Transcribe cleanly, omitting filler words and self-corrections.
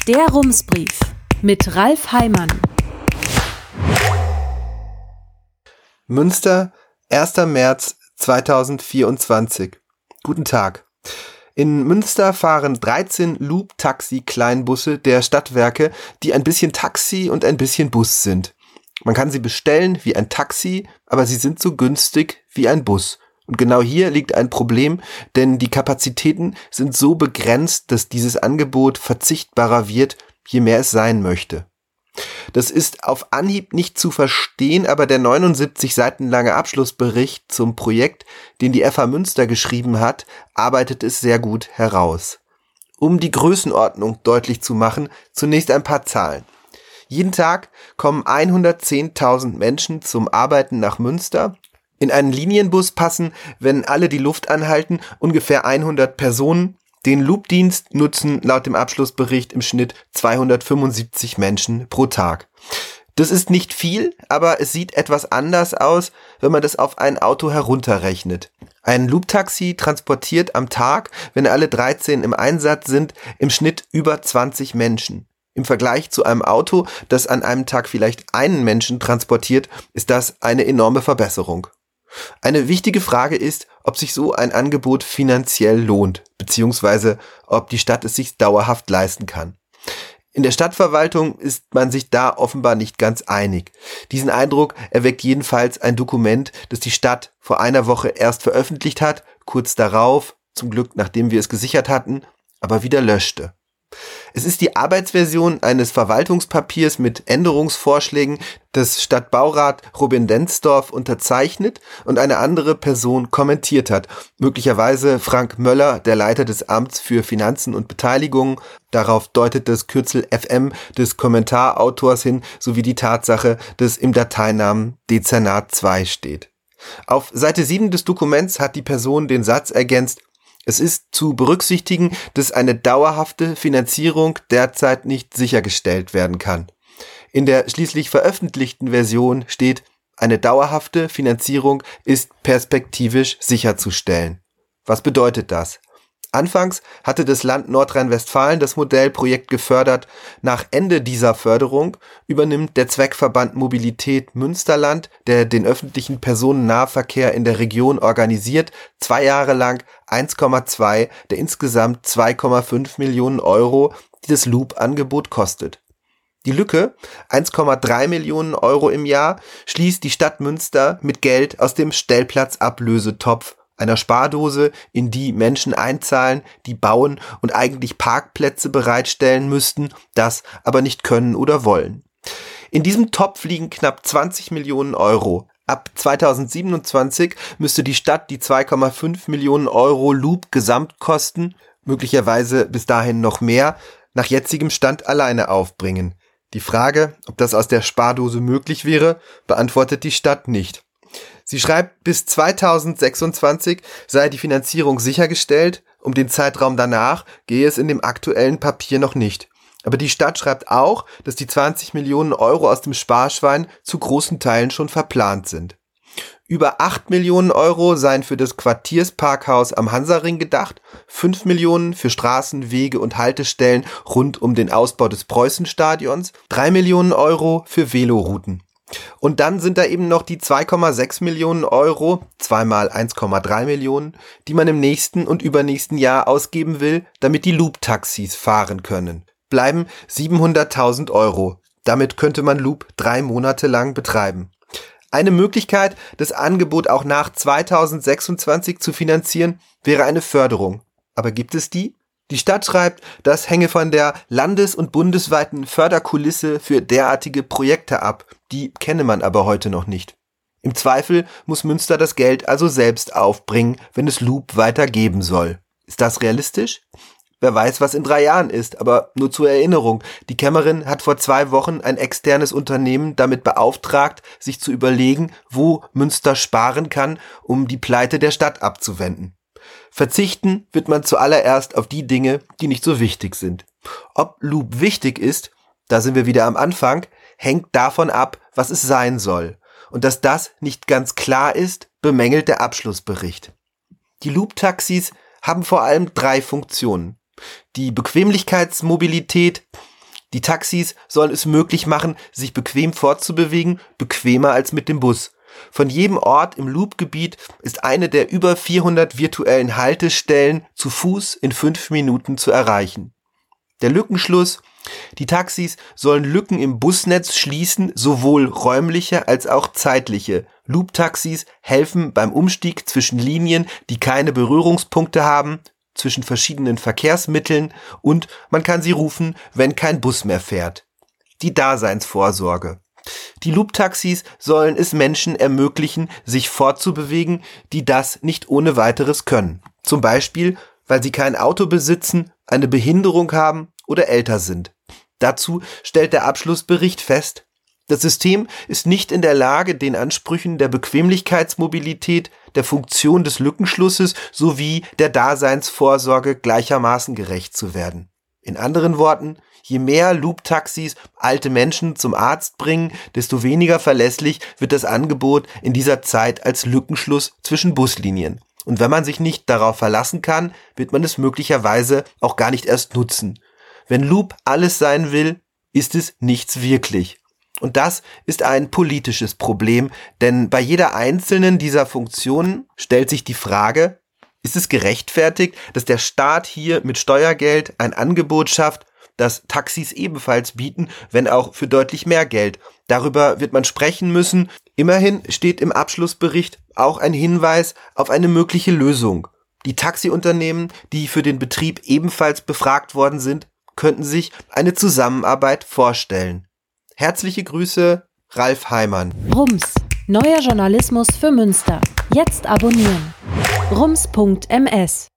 Der Rumsbrief mit Ralf Heimann. Münster, 1. März 2024. Guten Tag. In Münster fahren 13 Loop-Taxi-Kleinbusse der Stadtwerke, die ein bisschen Taxi und ein bisschen Bus sind. Man kann sie bestellen wie ein Taxi, aber sie sind so günstig wie ein Bus. Und genau hier liegt ein Problem, denn die Kapazitäten sind so begrenzt, dass dieses Angebot verzichtbarer wird, je mehr es sein möchte. Das ist auf Anhieb nicht zu verstehen, aber der 79 Seiten lange Abschlussbericht zum Projekt, den die FH Münster geschrieben hat, arbeitet es sehr gut heraus. Um die Größenordnung deutlich zu machen, zunächst ein paar Zahlen. Jeden Tag kommen 110.000 Menschen zum Arbeiten nach Münster. In einen Linienbus passen, wenn alle die Luft anhalten, ungefähr 100 Personen. Den Loopdienst nutzen laut dem Abschlussbericht im Schnitt 275 Menschen pro Tag. Das ist nicht viel, aber es sieht etwas anders aus, wenn man das auf ein Auto herunterrechnet. Ein Looptaxi transportiert am Tag, wenn alle 13 im Einsatz sind, im Schnitt über 20 Menschen. Im Vergleich zu einem Auto, das an einem Tag vielleicht einen Menschen transportiert, ist das eine enorme Verbesserung. Eine wichtige Frage ist, ob sich so ein Angebot finanziell lohnt, beziehungsweise ob die Stadt es sich dauerhaft leisten kann. In der Stadtverwaltung ist man sich da offenbar nicht ganz einig. Diesen Eindruck erweckt jedenfalls ein Dokument, das die Stadt vor einer Woche erst veröffentlicht hat, kurz darauf, zum Glück nachdem wir es gesichert hatten, aber wieder löschte. Es ist die Arbeitsversion eines Verwaltungspapiers mit Änderungsvorschlägen, das Stadtbaurat Robin Densdorf unterzeichnet und eine andere Person kommentiert hat. Möglicherweise Frank Möller, der Leiter des Amts für Finanzen und Beteiligung. Darauf deutet das Kürzel FM des Kommentarautors hin, sowie die Tatsache, dass im Dateinamen Dezernat 2 steht. Auf Seite 7 des Dokuments hat die Person den Satz ergänzt: Es ist zu berücksichtigen, dass eine dauerhafte Finanzierung derzeit nicht sichergestellt werden kann. In der schließlich veröffentlichten Version steht, eine dauerhafte Finanzierung ist perspektivisch sicherzustellen. Was bedeutet das? Anfangs hatte das Land Nordrhein-Westfalen das Modellprojekt gefördert. Nach Ende dieser Förderung übernimmt der Zweckverband Mobilität Münsterland, der den öffentlichen Personennahverkehr in der Region organisiert, 2 Jahre lang 1,2 der insgesamt 2,5 Millionen Euro, die das Loop-Angebot kostet. Die Lücke, 1,3 Millionen Euro im Jahr, schließt die Stadt Münster mit Geld aus dem Stellplatzablösetopf, einer Spardose, in die Menschen einzahlen, die bauen und eigentlich Parkplätze bereitstellen müssten, das aber nicht können oder wollen. In diesem Topf liegen knapp 20 Millionen Euro. Ab 2027 müsste die Stadt die 2,5 Millionen Euro Loop-Gesamtkosten, möglicherweise bis dahin noch mehr, nach jetzigem Stand alleine aufbringen. Die Frage, ob das aus der Spardose möglich wäre, beantwortet die Stadt nicht. Sie schreibt, bis 2026 sei die Finanzierung sichergestellt, um den Zeitraum danach gehe es in dem aktuellen Papier noch nicht. Aber die Stadt schreibt auch, dass die 20 Millionen Euro aus dem Sparschwein zu großen Teilen schon verplant sind. Über 8 Millionen Euro seien für das Quartiersparkhaus am Hansaring gedacht, 5 Millionen für Straßen, Wege und Haltestellen rund um den Ausbau des Preußenstadions, 3 Millionen Euro für Velorouten. Und dann sind da eben noch die 2,6 Millionen Euro, 2 mal 1,3 Millionen, die man im nächsten und übernächsten Jahr ausgeben will, damit die Loop-Taxis fahren können. Bleiben 700.000 Euro. Damit könnte man Loop 3 Monate lang betreiben. Eine Möglichkeit, das Angebot auch nach 2026 zu finanzieren, wäre eine Förderung. Aber gibt es die? Die Stadt schreibt, das hänge von der landes- und bundesweiten Förderkulisse für derartige Projekte ab. Die kenne man aber heute noch nicht. Im Zweifel muss Münster das Geld also selbst aufbringen, wenn es Loop weitergeben soll. Ist das realistisch? Wer weiß, was in 3 Jahren ist, aber nur zur Erinnerung. Die Kämmerin hat vor 2 Wochen ein externes Unternehmen damit beauftragt, sich zu überlegen, wo Münster sparen kann, um die Pleite der Stadt abzuwenden. Verzichten wird man zuallererst auf die Dinge, die nicht so wichtig sind. Ob Loop wichtig ist, da sind wir wieder am Anfang, hängt davon ab, was es sein soll. Und dass das nicht ganz klar ist, bemängelt der Abschlussbericht. Die Loop-Taxis haben vor allem 3 Funktionen. Die Bequemlichkeitsmobilität, Die Taxis sollen es möglich machen, sich bequem fortzubewegen, bequemer als mit dem Bus. Von jedem Ort im Loop-Gebiet ist eine der über 400 virtuellen Haltestellen zu Fuß in 5 Minuten zu erreichen. Der Lückenschluss: Die Taxis sollen Lücken im Busnetz schließen, sowohl räumliche als auch zeitliche. Loop-Taxis helfen beim Umstieg zwischen Linien, die keine Berührungspunkte haben, zwischen verschiedenen Verkehrsmitteln, und man kann sie rufen, wenn kein Bus mehr fährt. Die Daseinsvorsorge: Die Loop-Taxis sollen es Menschen ermöglichen, sich fortzubewegen, die das nicht ohne weiteres können. Zum Beispiel, weil sie kein Auto besitzen, eine Behinderung haben oder älter sind. Dazu stellt der Abschlussbericht fest: Das System ist nicht in der Lage, den Ansprüchen der Bequemlichkeitsmobilität, der Funktion des Lückenschlusses sowie der Daseinsvorsorge gleichermaßen gerecht zu werden. In anderen Worten: Je mehr Loop-Taxis alte Menschen zum Arzt bringen, desto weniger verlässlich wird das Angebot in dieser Zeit als Lückenschluss zwischen Buslinien. Und wenn man sich nicht darauf verlassen kann, wird man es möglicherweise auch gar nicht erst nutzen. Wenn Loop alles sein will, ist es nichts wirklich. Und das ist ein politisches Problem, denn bei jeder einzelnen dieser Funktionen stellt sich die Frage: Ist es gerechtfertigt, dass der Staat hier mit Steuergeld ein Angebot schafft, das Taxis ebenfalls bieten, wenn auch für deutlich mehr Geld? Darüber wird man sprechen müssen. Immerhin steht im Abschlussbericht auch ein Hinweis auf eine mögliche Lösung. Die Taxiunternehmen, die für den Betrieb ebenfalls befragt worden sind, könnten sich eine Zusammenarbeit vorstellen. Herzliche Grüße, Ralf Heimann. Rums, neuer Journalismus für Münster. Jetzt abonnieren. rums.ms